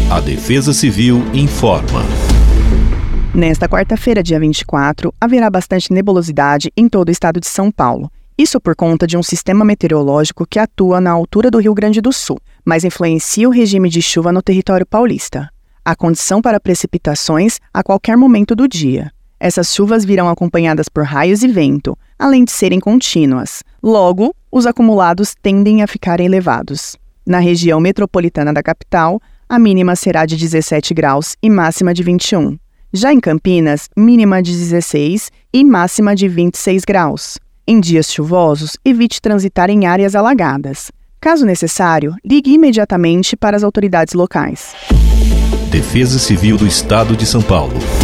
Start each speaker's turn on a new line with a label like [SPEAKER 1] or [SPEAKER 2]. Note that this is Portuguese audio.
[SPEAKER 1] A Defesa Civil informa.
[SPEAKER 2] Nesta quarta-feira, dia 24, haverá bastante nebulosidade em todo o estado de São Paulo. Isso por conta de um sistema meteorológico que atua na altura do Rio Grande do Sul, mas influencia o regime de chuva no território paulista. Há condição para precipitações a qualquer momento do dia. Essas chuvas virão acompanhadas por raios e vento, além de serem contínuas. Logo, os acumulados tendem a ficar elevados. Na região metropolitana da capital, a mínima será de 17 graus e máxima de 21. Já em Campinas, mínima de 16 e máxima de 26 graus. Em dias chuvosos, evite transitar em áreas alagadas. Caso necessário, ligue imediatamente para as autoridades locais.
[SPEAKER 1] Defesa Civil do Estado de São Paulo.